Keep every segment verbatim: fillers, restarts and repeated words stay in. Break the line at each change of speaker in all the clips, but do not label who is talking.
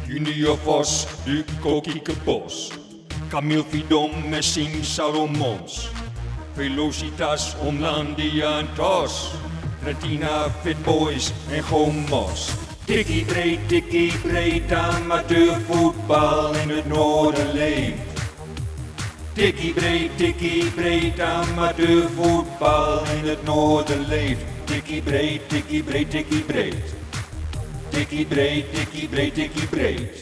Junior Vos, Duco Kiekebos. Camille Vidom, Messing Salomons. Velocitas, Omlandia en Tos. Retina, Fit Boys en Gomos. Tikkie breed, tikkie breed, amateurvoetbal in het noorden leeft. Tikkie breed, tikkie breed, amateurvoetbal in het noorden leeft. Tikkie breed, tikkie breed, tikkie breed. Tikkie breed, tikkie breed, tikkie breed.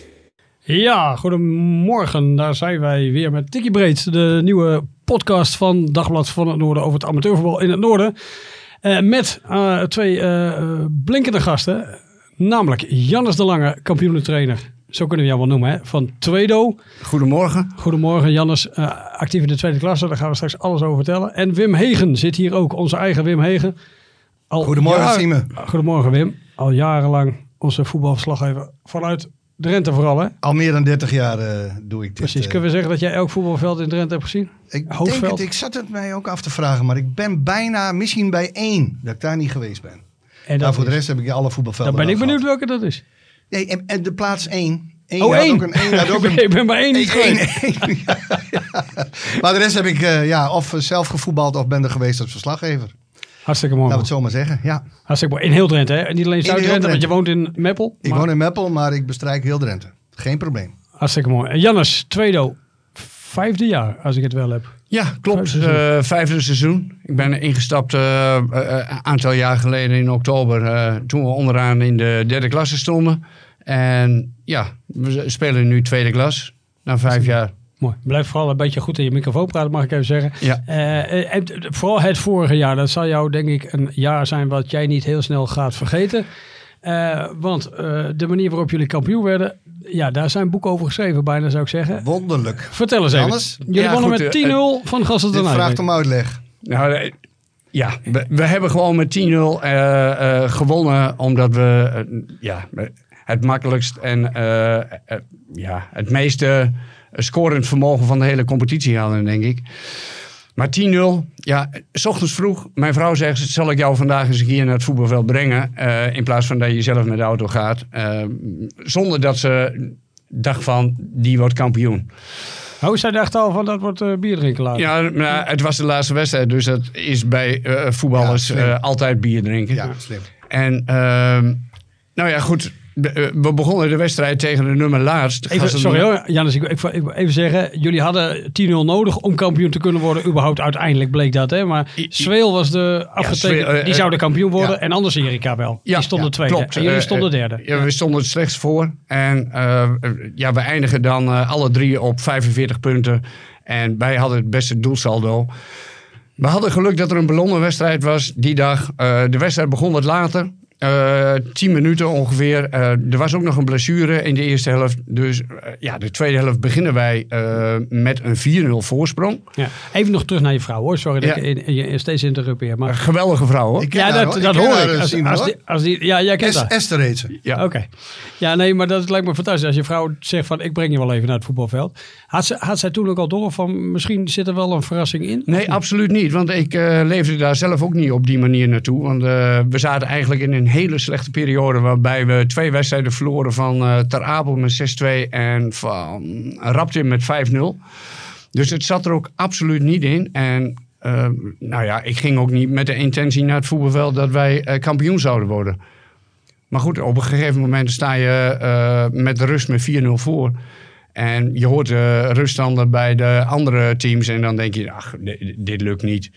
Ja, goedemorgen. Daar zijn wij weer met Tikkie Breed, de nieuwe podcast van Dagblad van het Noorden over het amateurvoetbal in het Noorden. Uh, met uh, twee uh, blinkende gasten, namelijk Jannes de Lange, kampioenentrainer. Zo kunnen we jou wel noemen, hè? Van Tweedo.
Goedemorgen.
Goedemorgen, Jannes. Uh, actief in de tweede klasse, daar gaan we straks alles over vertellen. En Wim Hegen zit hier ook, onze eigen Wim Hegen. Al
Goedemorgen,
jaar...
Siemen.
Goedemorgen, Wim. Al jarenlang onze voetbalverslaggever vanuit Drenthe vooral, hè?
Al meer dan dertig jaar uh, doe ik dit.
Precies.
Uh,
Kunnen we zeggen dat jij elk voetbalveld in Drenthe hebt gezien?
ik,
Hoofdveld?
denk het, ik zat het mij ook af te vragen, maar ik ben bijna, misschien bij één, dat ik daar niet geweest ben.
En
Maar voor
is...
de rest heb ik alle voetbalvelden
Dan ben ik
wel
benieuwd
gehad.
welke dat is.
Nee, en, en de plaats één. Eén
Oh,
had
één.
Ook een, één had ook een,
ik ben bij één niet
één,
geweest.
één, ja, ja. Maar de rest heb ik uh, ja, of zelf gevoetbald of ben er geweest als verslaggever.
Hartstikke mooi.
Laten we het zo maar zeggen, ja.
Hartstikke mooi. In heel Drenthe, hè? En niet alleen
In heel
Zuid-Drenthe, want je
Drenthe.
woont in Meppel.
Ik
maar...
woon in Meppel, maar ik bestrijk heel Drenthe. Geen probleem.
Hartstikke mooi. En Jannes, Tweedo, vijfde jaar, als ik het wel heb.
Ja, klopt.
Vijfde seizoen.
Uh, vijfde seizoen. Ik ben ingestapt een uh, uh, aantal jaar geleden in oktober. Uh, toen we onderaan in de derde klasse stonden. En ja, we spelen nu tweede klas. Na vijf jaar.
Mooi. Blijf vooral een beetje goed in je microfoon praten, mag ik even zeggen.
Ja.
Uh, en vooral het vorige jaar, dat zal jou denk ik een jaar zijn wat jij niet heel snel gaat vergeten. Uh, want uh, de manier waarop jullie kampioen werden, ja, daar zijn boeken over geschreven bijna, zou ik zeggen.
Wonderlijk.
Vertel eens even.
Jannes?
Jullie
Ja,
wonnen
goed,
met tien nul uh, van Gasten
Dit
ten
vraagt om uitleg.
Nou, uh, ja, we, we hebben gewoon met tien nul uh, uh, gewonnen. Omdat we uh, ja, het makkelijkst en uh, uh, ja, het meeste scorend vermogen van de hele competitie hadden, denk ik. Maar tien nul, ja, 's ochtends vroeg. Mijn vrouw zegt, zal ik jou vandaag eens een keer naar het voetbalveld brengen? Uh, in plaats van dat je zelf met de auto gaat. Uh, zonder dat ze dacht van, die wordt kampioen.
Oh, zij dacht al van, dat wordt uh, bier drinken later.
Ja, nou, het was de laatste wedstrijd. Dus dat is bij uh, voetballers
Ja, slim.
uh, altijd bier drinken.
Ja, slim.
En uh, nou ja, goed. We begonnen de wedstrijd tegen de nummer laatst.
Even, sorry hoor, Jannes, ik, ik, ik wil even zeggen, jullie hadden tien nul nodig om kampioen te kunnen worden. Überhaupt uiteindelijk bleek dat, hè. Maar Zweel was de afgetekend,
Zweel, uh,
die zou de kampioen worden.
ja.
En anders Erika wel.
Ja,
die stonden
ja,
tweede.
klopt.
En jullie
Uh,
stonden derde.
Ja, we stonden het slechtst voor. En uh, ja, we eindigen dan uh, alle drie op vijfenveertig punten. En wij hadden het beste doelsaldo. We hadden geluk dat er een ballonnenwedstrijd was die dag. Uh, de wedstrijd begon wat later. Uh, tien minuten ongeveer. Uh, er was ook nog een blessure in de eerste helft. Dus uh, ja, de tweede helft beginnen wij uh, met een vier nul voorsprong.
Ja. Even nog terug naar je vrouw, hoor. Sorry dat
Ja.
ik je, je steeds interrupeer. Maar...
Een geweldige vrouw, hoor.
Ik ken
Ja,
haar,
dat,
hoor.
dat
Ik ken
hoor
haar,
ik. Als,
Simon,
als
hoor.
die, als die, ja, jij kent
Es-
haar.
Esther heet ze.
Ja.
Oké. Okay. Ja, nee, maar dat lijkt me fantastisch. Als je vrouw zegt van, ik breng je wel even naar het voetbalveld. Had, ze, had zij toen ook al door van, misschien zit er wel een verrassing in?
Nee, absoluut niet. Want ik uh, leefde daar zelf ook niet op die manier naartoe. Want uh, we zaten eigenlijk in een hele slechte periode. Waarbij we twee wedstrijden verloren van uh, Ter Apel met zes twee. En van Raptin met vijf nul. Dus het zat er ook absoluut niet in. En uh, nou ja, ik ging ook niet met de intentie naar het voetbalveld dat wij uh, kampioen zouden worden. Maar goed, op een gegeven moment sta je uh, met de rust met vier nul voor. En je hoort de ruststanden bij de andere teams. En dan denk je, ach, dit, dit lukt niet.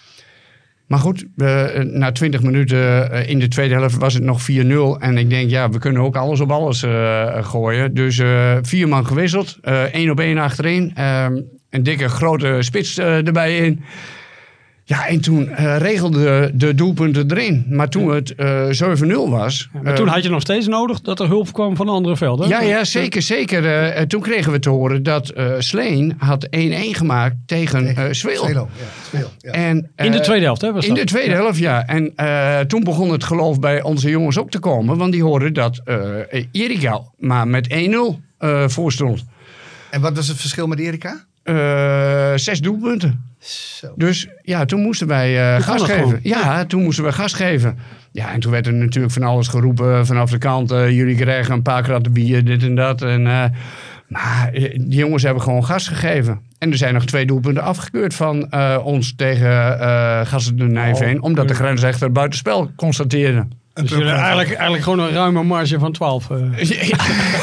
Maar goed, uh, na twintig minuten uh, in de tweede helft was het nog vier nul. En ik denk, ja, we kunnen ook alles op alles uh, gooien. Dus uh, vier man gewisseld. Uh, één op één achterin. Uh, een dikke grote spits uh, erbij in. Ja, en toen uh, regelde de doelpunten erin. Maar toen het uh, zeven nul was...
Ja, maar toen had je nog steeds nodig dat er hulp kwam van andere velden.
Ja, ja, zeker, zeker. Uh, toen kregen we te horen dat uh, Sleen had één één gemaakt tegen uh, Zweel.
Zwelo, ja, Zweel, ja.
En, uh,
in de tweede helft, hè? Was
in
dat?
de tweede helft, ja. En uh, toen begon het geloof bij onze jongens ook te komen. Want die hoorden dat uh, Erika maar met één nul uh, voor stond.
En wat was het verschil met Erika?
Uh, zes doelpunten.
Zo.
Dus ja, toen moesten wij uh, gas geven. Ja, toen moesten we gas geven. Ja, en toen werd er natuurlijk van alles geroepen vanaf de kant. Uh, jullie krijgen een paar kratten bier, dit en dat. En, uh, maar uh, die jongens hebben gewoon gas gegeven. En er zijn nog twee doelpunten afgekeurd van uh, ons tegen uh, Gasten de Nijveen. Oh, omdat de grensrechter buitenspel constateerde.
Dus jullie eigenlijk, eigenlijk gewoon een ruime marge van twaalf. Uh.
Ja.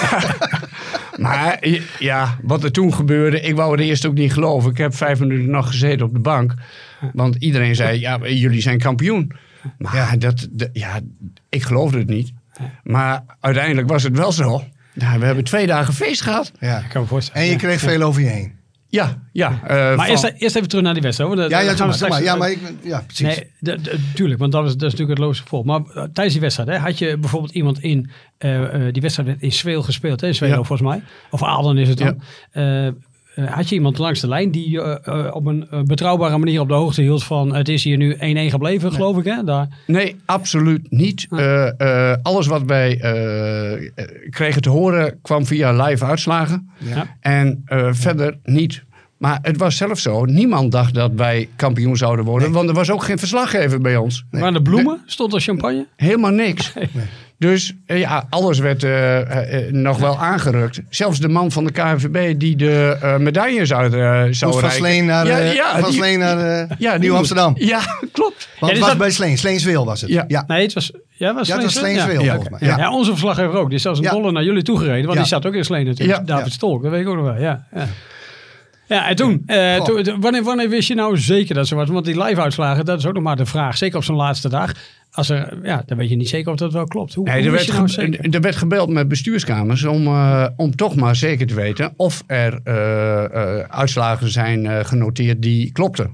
Maar ja, wat er toen gebeurde, ik wou het eerst ook niet geloven. Ik heb vijf minuten nog gezeten op de bank. Want iedereen zei, ja, jullie zijn kampioen. Maar ja. Dat, de, ja, ik geloofde het niet. Maar uiteindelijk was het wel zo. Ja, we hebben twee dagen feest gehad.
Ja.
Ik kan me voorstellen.
En je kreeg veel over je heen.
Ja, ja. Uh,
maar
van...
eerst, eerst even terug naar die wedstrijd. Hoor.
Ja, ja,
gaan we
straks, maar, ja, maar ik, ja, precies.
Nee, de, de, tuurlijk, want dat is, dat is natuurlijk het logische gevolg. Maar uh, tijdens die wedstrijd, hè, had je bijvoorbeeld iemand in, uh, uh, die wedstrijd werd in Zweel gespeeld, hè, Zwelo ja. volgens mij. Of Aalen is het dan. Ja. Uh, uh, had je iemand langs de lijn die uh, uh, op een uh, betrouwbare manier op de hoogte hield van, het is hier nu één-één gebleven, nee. geloof ik, hè? Daar.
Nee, absoluut niet. Ah. Uh, uh, alles wat wij uh, kregen te horen kwam via live uitslagen. Ja. En uh, ja. verder niet. Maar het was zelfs zo. Niemand dacht dat wij kampioen zouden worden. Nee. Want er was ook geen verslaggever bij ons.
Nee. Waren er bloemen? Stond er champagne?
Helemaal niks. Nee. Dus ja, alles werd uh, uh, nog wel aangerukt. Zelfs de man van de K N V B die de uh, medailles uit uh, zou
van
rijden.
Sleen naar, uh, ja, ja, van Sleen naar uh, ja, Nieuw-Amsterdam.
Ja, klopt.
Want ja, het was dat... bij Sleen. Sleenswil was het.
Ja. Ja. Nee, het was... Ja, was
ja, het was Sleenswil
ja.
volgens mij.
Ja. Ja, onze verslaggever ook. Die is zelfs een ja. dolle naar jullie toegereden. Want ja. die zat ook in Sleen natuurlijk. Ja. David ja. Stolk, dat weet ik ook nog wel. Ja, ja. Ja, en toen, uh, toen wanneer, wanneer wist je nou zeker dat zo was? Want die live-uitslagen, dat is ook nog maar de vraag. Zeker op zo'n laatste dag. Als er, ja, dan weet je niet zeker of dat wel klopt. Hoe,
nee,
hoe
er, werd
nou
ge- er werd gebeld met bestuurskamers om, uh, om toch maar zeker te weten of er uh, uh, uitslagen zijn uh, genoteerd die klopten.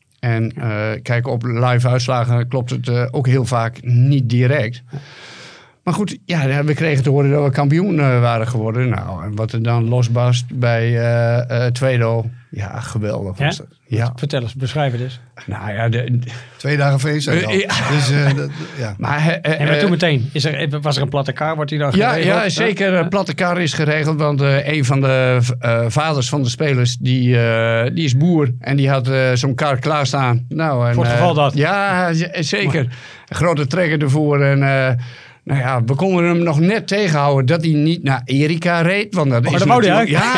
En uh, kijk, op live-uitslagen klopt het uh, ook heel vaak niet direct. Maar goed, ja, we kregen te horen dat we kampioen uh, waren geworden. Nou, en wat er dan losbarst bij uh, uh, Tweedo. Ja, geweldig was
ja?
dat. Ja.
Vertel eens, beschrijf het eens.
Nou ja, de,
twee dagen feest. Uh, ja. Dus, uh, dat, ja.
Maar, uh, uh, en maar toen meteen, is er, was er een platte kar? Wordt die dan
ja,
geregeld?
Ja, zeker. Een platte kar is geregeld. Want uh, een van de uh, vaders van de spelers, die, uh, die is boer. En die had uh, zo'n kar klaarstaan. Nou, en,
voor het geval
uh,
dat.
Ja, z- zeker. Een grote trekker ervoor. En uh, nou ja, we konden hem nog net tegenhouden dat hij niet naar Erika reed. Want dat
oh,
is
dat wou hij
ja.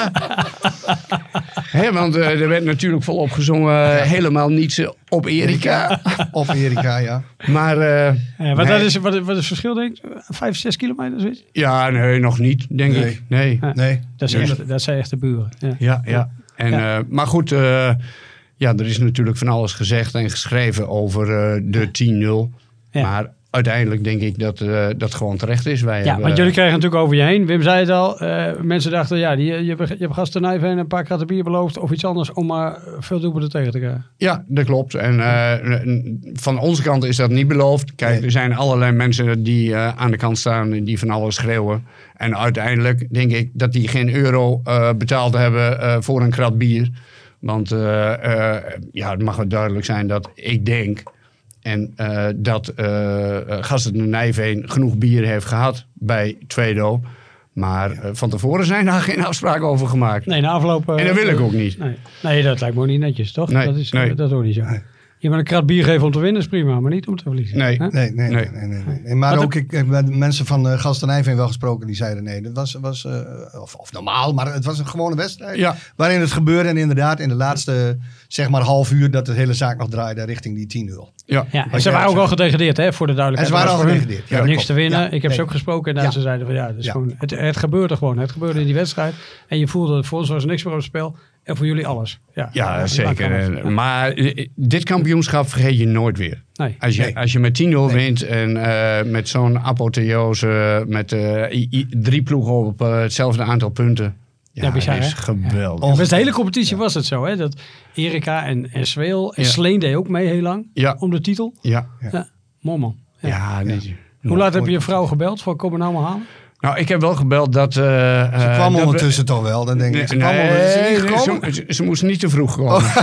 He, want uh, er werd natuurlijk volop gezongen, uh, helemaal niets op Erika.
Op Erika, ja.
Maar, uh,
ja, wat, nee. is, wat, wat is het verschil, denk ik? Vijf, zes kilometer, zoiets?
Ja, nee, nog niet, denk
nee.
ik. Nee.
Ja,
nee.
Dat, is echt, dat zijn echt de buren. Ja,
ja. ja. En, ja. Uh, maar goed, uh, ja, er is natuurlijk van alles gezegd en geschreven over uh, de tien nul. Ja. Maar uiteindelijk denk ik dat uh, dat gewoon terecht is. Wij
ja,
hebben,
want jullie kregen natuurlijk over je heen. Wim zei het al. Uh, mensen dachten, ja, die, je, hebt, je hebt Gasten Nijveen een paar kratten bier beloofd of iets anders om maar veel doelpunten tegen te krijgen.
Ja, dat klopt. En uh, van onze kant is dat niet beloofd. Kijk, er zijn allerlei mensen die uh, aan de kant staan en die van alles schreeuwen. En uiteindelijk denk ik dat die geen euro uh, betaald hebben uh, voor een krat bier. Want uh, uh, ja, het mag wel duidelijk zijn dat ik denk... En uh, dat uh, Gasten de Nijveen genoeg bier heeft gehad bij Tweedo. Maar uh, van tevoren zijn daar geen afspraken over gemaakt.
Nee, na afloop... Uh,
en dat wil ik ook niet.
Nee, nee dat lijkt me ook niet netjes, toch?
Nee,
dat, is,
nee.
dat hoort niet zo. Nee. Je moet een krat bier geven om te winnen, is prima. Maar niet om te verliezen.
Nee,
nee, nee, nee, nee, nee, nee, nee. Maar Wat ook, ik heb met mensen van uh, Gasten Nijveen wel gesproken. Die zeiden nee, dat was, was uh, of, of normaal, maar het was een gewone wedstrijd.
Ja.
Waarin het gebeurde en inderdaad in de laatste, zeg maar half uur, dat de hele zaak nog draaide richting die tien nul.
Ja, ja en ze waren ook al gedegradeerd, hè, voor de duidelijkheid.
En ze waren al gedegradeerd.
Ja, niks te winnen.
Ja,
ik heb
nee.
ze ook gesproken en ja. ze zeiden van ja, het, is
ja.
gewoon, het, het gebeurde gewoon. Het gebeurde in die wedstrijd. En je voelde het voor ons was niks meer op het spel. En voor jullie alles. Ja,
ja, ja zeker. Ja. Maar dit kampioenschap vergeet je nooit weer.
Nee.
Als, je,
nee.
als je met tien nul nee. wint en uh, met zo'n apotheose, met uh, i, i, drie ploegen op uh, hetzelfde aantal punten. Ja, ja bizar, dat is geweldig.
Ja. Ja, de hele competitie ja. was het zo, hè? Dat Erika en, en Zweel en ja. Sleen deed ook mee heel lang
ja.
om de titel.
Ja.
ja. ja. Mooi man.
Ja, ja, nee.
ja. Hoe laat heb je je vrouw gebeld voor komen nou maar halen?
Nou, ik heb wel gebeld dat... Uh,
ze kwam
dat
ondertussen
we,
toch wel, dan denk ik. Ze,
nee,
kwam ondertussen
nee, ze, ze, ze moest niet te vroeg komen. Oh.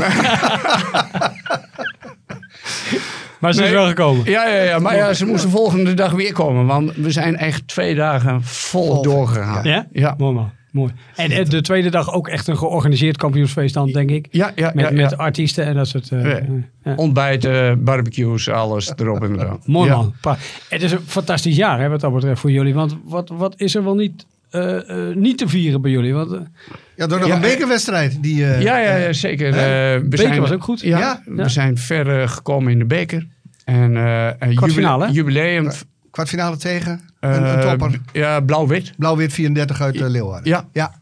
Maar ze
nee,
is wel gekomen.
Ja, ja, ja maar ja, ze moest de volgende dag weer komen. Want we zijn echt twee dagen vol, vol doorgegaan.
Ja?
Ja.
Mooi man. Mooi. En, en de tweede dag ook echt een georganiseerd kampioensfeest dan, denk ik.
Ja, ja,
Met,
ja,
met
ja.
artiesten en dat soort... Uh,
Ja.
ja.
Ontbijten, barbecues, alles erop en eraan.
Mooi
Ja.
man. Pa- Het is een fantastisch jaar hè, wat dat betreft voor jullie. Want wat, wat is er wel niet, uh, uh, niet te vieren bij jullie? Want, uh,
Ja, door nog
Ja,
een bekerwedstrijd. Die, uh,
Ja, ja, ja, zeker. Uh, we
beker
zijn,
was ook goed.
Ja,
Ja.
we zijn ver uh, gekomen in de beker. En uh, een
Kwartfinale, hè?
jubileum.
Kwartfinale tegen
Uh,
een, een topper.
Ja, blauw-wit.
Blauw-wit vierendertig uit uh, Leeuwarden.
Ja.
Ja.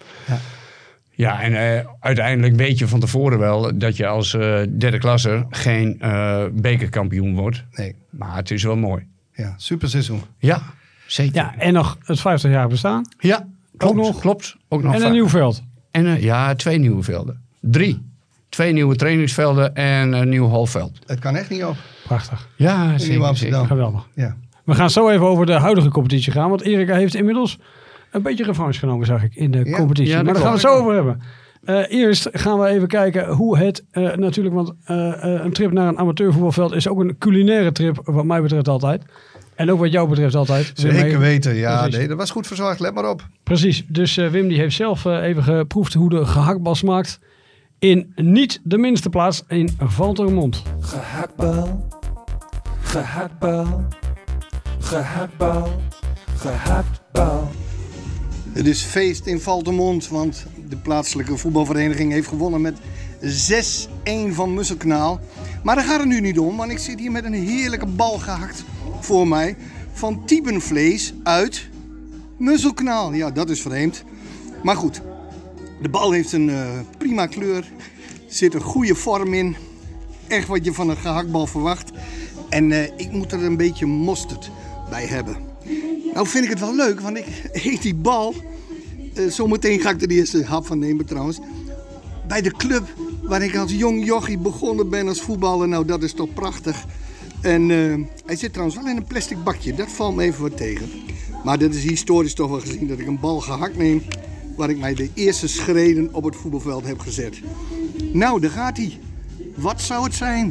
Ja, en uh, uiteindelijk weet je van tevoren wel dat je als uh, derde klasser geen uh, bekerkampioen wordt.
Nee.
Maar het is wel mooi.
Ja, super seizoen.
Ja, zeker.
ja, en nog het vijftig jaar bestaan.
Ja, klopt.
nog.
klopt. Ook nog
En
vaak.
een nieuw veld.
En uh, ja, twee nieuwe velden. Drie. Twee nieuwe trainingsvelden en een nieuw halfveld.
Het kan echt niet op.
Prachtig.
Ja,
Nieuw
zeker.
Amsterdam.
zeker.
Geweldig.
Ja.
We gaan zo even over de huidige competitie gaan. Want Erika heeft inmiddels een beetje revanche genomen, zag ik, in de
Ja.
competitie.
Ja, dat
maar daar gaan we het
klopt.
zo over hebben. Uh, eerst gaan we even kijken hoe het uh, natuurlijk... Want uh, uh, een trip naar een amateurvoetbalveld is ook een culinaire trip, wat mij betreft altijd. En ook wat jou betreft altijd.
Zeker weten. Ja,
Precies.
nee, dat was goed verzorgd. Let maar op.
Precies. Dus uh, Wim die heeft zelf uh, even geproefd hoe de gehaktbal smaakt. In niet de minste plaats in Valtermond.
Gehaktbal, gehaktbal, gehaktbal, gehaktbal.
Het is feest in Valtermond, want de plaatselijke voetbalvereniging heeft gewonnen met zes een van Musselkanaal. Maar daar gaat het nu niet om, want ik zit hier met een heerlijke bal gehakt voor mij van Tiebenvlees uit Musselkanaal. Ja, dat is vreemd. Maar goed, de bal heeft een uh, prima kleur, zit een goede vorm in. Echt wat je van een gehaktbal verwacht. En uh, ik moet er een beetje mosterd bij hebben. Nou vind ik het wel leuk, want ik eet die bal. Uh, zometeen ga ik er de eerste hap van nemen trouwens. Bij de club waar ik als jong jochie begonnen ben als voetballer. Nou, dat is toch prachtig. En uh, hij zit trouwens wel in een plastic bakje. Dat valt me even wat tegen. Maar dat is historisch toch wel gezien dat ik een bal gehakt neem. Waar ik mij de eerste schreden op het voetbalveld heb gezet. Nou, daar gaat hij. Wat zou het zijn?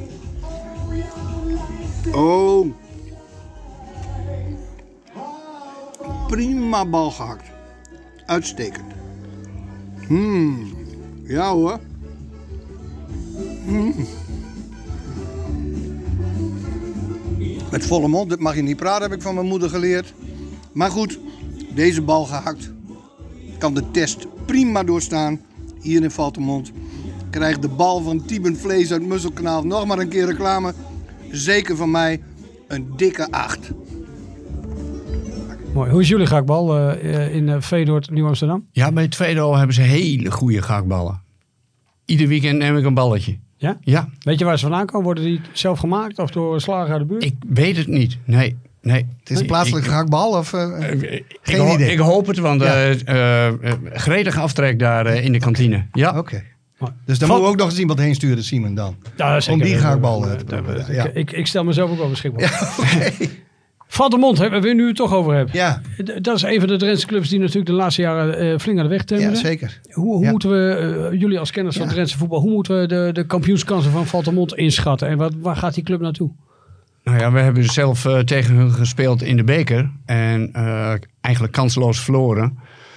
Oh. Prima bal gehakt. Uitstekend. Hmm. Ja hoor. Hmm. Met volle mond, dit mag je niet praten, heb ik van mijn moeder geleerd. Maar goed, deze bal gehakt. Kan de test prima doorstaan. Hier in Valtermond. Krijgt de bal van Tiebenvlees uit Musselkanaal. Nog maar een keer reclame. Zeker van mij een dikke acht.
Mooi. Hoe is jullie gehaktbal uh, in uh, Veendorp, Nieuw-Amsterdam?
Ja, bij Tweedo hebben ze hele goede gehaktballen. Ieder weekend neem ik een balletje.
Ja?
Ja,
Weet je waar ze vandaan komen? Worden die zelf gemaakt of door slager uit de buurt?
ik weet het niet. Nee, nee.
Het is een plaatselijk gehaktbal of... Uh,
Uh, ik,
Geen
ho-
idee.
ik hoop het, want
Ja.
uh, uh, uh, gretig aftrek daar uh, in de kantine. Ja.
Oké. Okay. Dus dan
Val-
moeten we ook nog eens iemand heen sturen, Simon, dan.
Ja, zeker.
Om die
Uh,
gehaktbal
uh,
uh, te
uh,
proberen.
uh,
Ja.
ik, ik stel mezelf ook wel beschikbaar.
Ja, okay.
Valtermond, hè, waar we nu het toch over hebben.
Ja,
D- Dat is een van de Drentse clubs die natuurlijk de laatste jaren uh, flink aan de weg timmeren.
ja, zeker.
Hoe, hoe
Ja.
moeten we, uh, jullie als kenners van
Ja.
Drentse voetbal, hoe moeten we de, de kampioenskansen van Valtermond inschatten? En wat, waar gaat die club naartoe?
Nou ja, we hebben zelf uh, tegen hun gespeeld in de beker. En uh, eigenlijk kansloos verloren.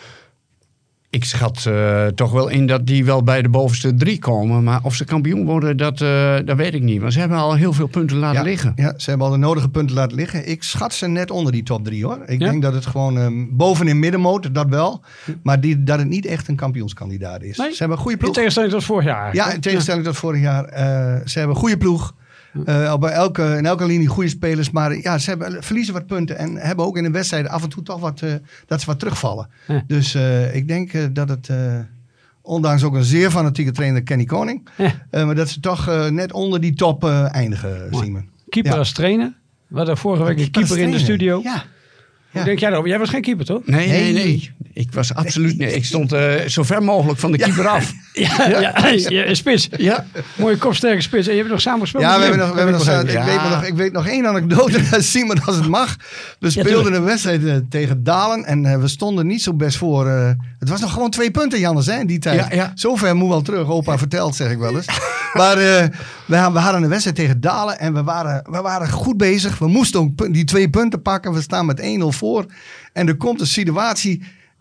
Ik schat uh, toch wel in dat die wel bij de bovenste drie komen. Maar of ze kampioen worden, dat, uh, dat weet ik niet. Want ze hebben al heel veel punten laten
Ja,
liggen.
ja, ze hebben al de nodige punten laten liggen. Ik schat ze net onder die top drie hoor. Ik
Ja?
denk dat het gewoon um, bovenin middenmoot, dat wel. Maar die, dat het niet echt een kampioenskandidaat is.
Nee?
Ze hebben een goede
In
ploeg.
tegenstelling tot vorig jaar.
Ja, in tegenstelling tot vorig jaar. Uh, ze hebben een goede ploeg. Uh, bij elke, in elke linie goede spelers. Maar ja, ze hebben, verliezen wat punten. En hebben ook in de wedstrijden af en toe toch wat, uh, dat ze wat terugvallen.
Ja.
Dus uh, ik denk uh, dat het... Uh, ondanks ook een zeer fanatieke trainer, Kenny Koning.
Ja.
Uh, maar dat ze toch uh, net onder die top uh, eindigen,
Mooi.
Simon.
Keeper
Ja.
als trainer. We hadden vorige week een keeper in de studio.
Ja.
Hoe
Ja.
denk jij daarover? Jij was geen keeper, toch?
Nee, nee,
Nee.
nee. Ik was absoluut niet. Ik stond uh, zo ver mogelijk van de keeper af.
Ja, ja. ja, spits.
Ja.
Mooie kopsterke spits. En je hebt nog samen gespeeld
Ja,
met
we
Wim.
hebben nog, we hebben nog,
begrepen.
ik,
Ja.
weet nog, ik weet nog één anekdote, Simon, als het mag. We speelden
tuurlijk.
een wedstrijd uh, tegen Dalen en uh, we stonden niet zo best voor. Uh, het was nog gewoon twee punten, Jannes, hè, in die tijd.
Ja, ja.
Zover moet wel terug, opa vertelt, zeg ik wel eens. Maar uh, we, we hadden een wedstrijd tegen Dalen en we waren, we waren goed bezig. We moesten ook pu- die twee punten pakken. We staan met één nul voor. En er komt een situatie.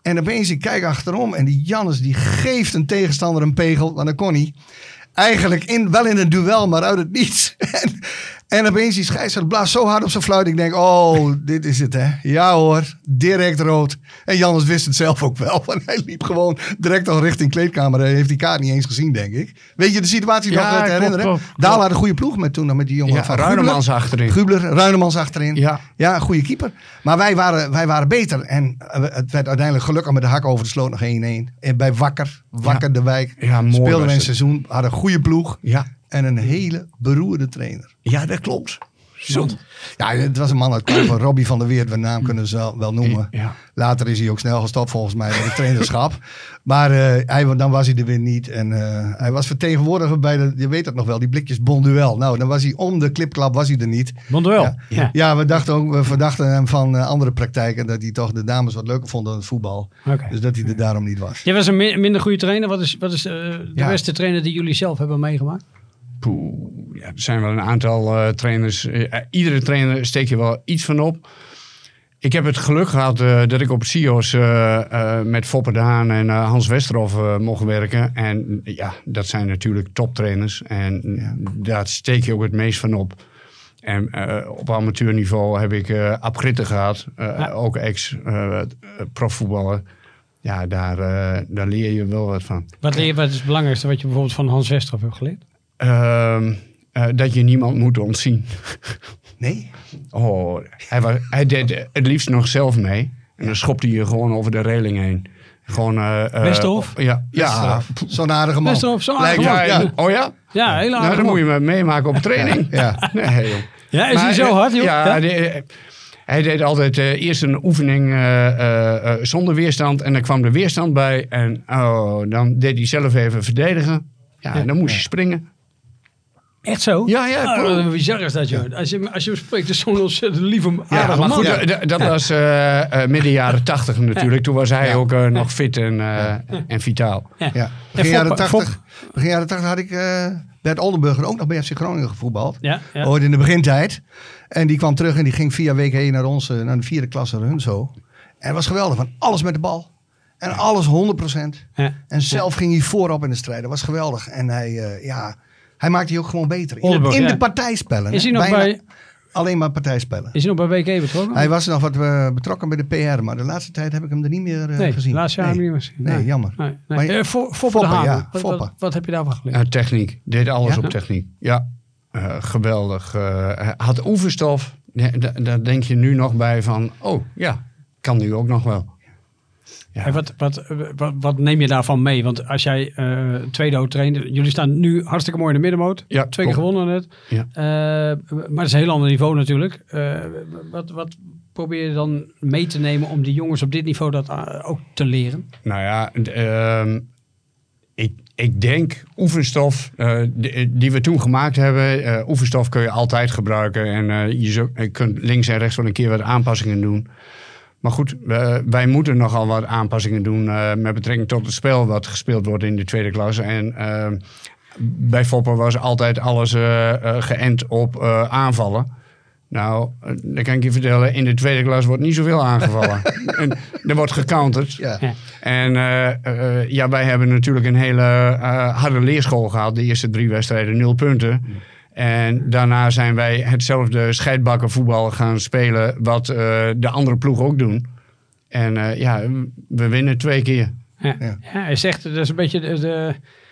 En opeens, ik kijk achterom en die Jannes die geeft een tegenstander een pegel. Want dat kon hij. Eigenlijk in, wel in een duel, maar uit het niets. en, en opeens die scheidsrechter blaast zo hard op zijn fluit. Ik denk, oh, dit is het hè. Ja hoor, direct rood. En Jannes wist het zelf ook wel. Want hij liep gewoon direct al richting kleedkamer. Hij heeft die kaart niet eens gezien, denk ik. Weet je de situatie
Ja,
nog te
klopt,
herinneren?
klopt, klopt.
Dalen had een goede ploeg met toen nog met die jongen
Ja,
van
Ruinemans achterin.
Gubler, Ruinemans achterin.
Ja.
Ja, een goede keeper. Maar wij waren, wij waren beter. En het werd uiteindelijk gelukkig met de hak over de sloot nog één-één. En bij Wakker, Wakker
Ja.
de Wijk.
Ja, mooi
speelden we
was
een
het.
seizoen. Hadden een goede ploeg.
Ja.
En een hele beroerde trainer.
Ja, dat klopt. Zo.
Ja, het was een man uit Kampen. Robbie van der Weert, we naam kunnen ze wel noemen.
Ja.
Later is hij ook snel gestopt volgens mij met het trainerschap. Maar uh, hij, dan was hij er weer niet. En uh, hij was vertegenwoordiger bij de, je weet het nog wel, die blikjes Bonduel. Nou, dan was hij om de clipklap was hij er niet.
Bonduel.
Ja,
Ja.
ja we, dachten ook, we verdachten hem van uh, andere praktijken. Dat hij toch de dames wat leuker vond dan het voetbal.
Oké.
Dus dat hij er daarom niet was.
Jij was een mi- minder goede trainer. Wat is, wat is uh, de
Ja.
beste trainer die jullie zelf hebben meegemaakt?
Poeh, ja, er zijn wel een aantal uh, trainers. Uh, iedere trainer steek je wel iets van op. Ik heb het geluk gehad uh, dat ik op het S I O S uh, uh, met Foppe de Haan en uh, Hans Westerhof uh, mocht werken. En ja, dat zijn natuurlijk toptrainers. En
Ja.
daar steek je ook het meest van op. En uh, op amateurniveau heb ik uh, Ab Gritten gehad. Uh,
Ja.
Ook ex-profvoetballer. ja, daar, uh, daar leer je wel wat van.
Wat, leer je, wat is het belangrijkste wat je bijvoorbeeld van Hans Westerhof hebt geleerd?
Uh, uh, dat je niemand moet ontzien.
Nee?
Oh, hij, was, hij deed het liefst nog zelf mee. En dan schopte hij je gewoon over de reling heen. Gewoon, uh, uh,
Westerhof?
Ja. ja.
Zo'n aardige man.
Westerhof, zo'n aardige
Lijkt-
man.
ja.
Oh ja?
Ja, hele
Nou,
aardige
dan
man.
moet je me meemaken op training.
Ja.
Nee, joh.
Ja, is
Maar,
hij zo
eh,
hard, joh?
Ja,
Ja?
de- hij deed altijd uh, eerst een oefening uh, uh, uh, zonder weerstand. En dan kwam de weerstand bij. En oh, dan deed hij zelf even verdedigen. Ja, en dan moest je springen.
Echt zo?
Ja, ja,
Oh,
klopt.
wat bizar is dat, joh. Als je, als je hem spreekt, is zo'n ontzettend lieve,
Ja,
aardige
maar
man.
goed,
Ja.
uh, d- dat was uh, uh, midden jaren tachtig natuurlijk. Toen was hij
Ja.
ook uh, nog fit en, uh, en vitaal.
Ja.
Ja.
En
Begin jaren
Foppe-
tachtig begin jaren tachtig had ik uh, Bert Oldenburger ook nog bij F C Groningen gevoetbald.
Ja, ja.
Ooit in de begintijd. En die kwam terug en die ging via W K E naar ons, uh, naar de vierde klasse Hunzo. En het was geweldig, van alles met de bal. En alles honderd procent.
Ja.
En zelf ging hij voorop in de strijd. Dat was geweldig. En hij, uh, ja, hij maakte die ook gewoon beter. In, de,
Oldenburg,
in
ja.
de partijspellen.
Is
hè.
hij nog
Bijna
bij-
Alleen maar partijspellen.
Is hij nog bij W K betrokken?
Hij was nog wat uh, betrokken bij de P R, maar de laatste tijd heb ik hem er niet meer uh,
nee,
gezien.
laatste jaar
nee.
heb ik niet meer gezien.
Nee, jammer.
Nee, nee.
Maar je-
Eh, Fo- Foppe
Foppe,
de Haan.
ja,
wat,
Foppe.
wat, wat heb je daarvan geleerd?
Uh, techniek. Deed alles
Ja?
op techniek. Ja, uh, geweldig. Uh, hij had oefenstof. Ja, da- daar denk je nu nog bij van... Oh, ja, kan nu ook nog wel. Ja.
En wat, wat, wat, wat neem je daarvan mee? Want als jij uh, tweede traint, jullie staan nu hartstikke mooi in de middenmoot.
Ja,
Twee keer
klopt.
gewonnen net.
Ja.
Uh, maar het is een heel ander niveau natuurlijk. Uh, wat, wat probeer je dan mee te nemen om die jongens op dit niveau dat uh, ook te leren?
Nou ja, d- ehm, ik, ik denk oefenstof uh, die, die we toen gemaakt hebben. Uh, oefenstof kun je altijd gebruiken. En uh, je, zo, je kunt links en rechts wel een keer wat aanpassingen doen. Maar goed, uh, wij moeten nogal wat aanpassingen doen uh, met betrekking tot het spel wat gespeeld wordt in de tweede klasse. En uh, bij Foppe was altijd alles uh, uh, geënt op uh, aanvallen. Nou, uh, dan kan ik je vertellen, in de tweede klas wordt niet zoveel aangevallen. En er wordt gecounterd.
Ja.
Ja.
En uh, uh, ja, wij hebben natuurlijk een hele uh, harde leerschool gehad. De eerste drie wedstrijden nul punten. En daarna zijn wij hetzelfde scheidbakkenvoetbal gaan spelen wat uh, de andere ploegen ook doen. En uh, ja, we winnen twee keer.
Ja,
Ja.
ja hij zegt, dat is een beetje de... de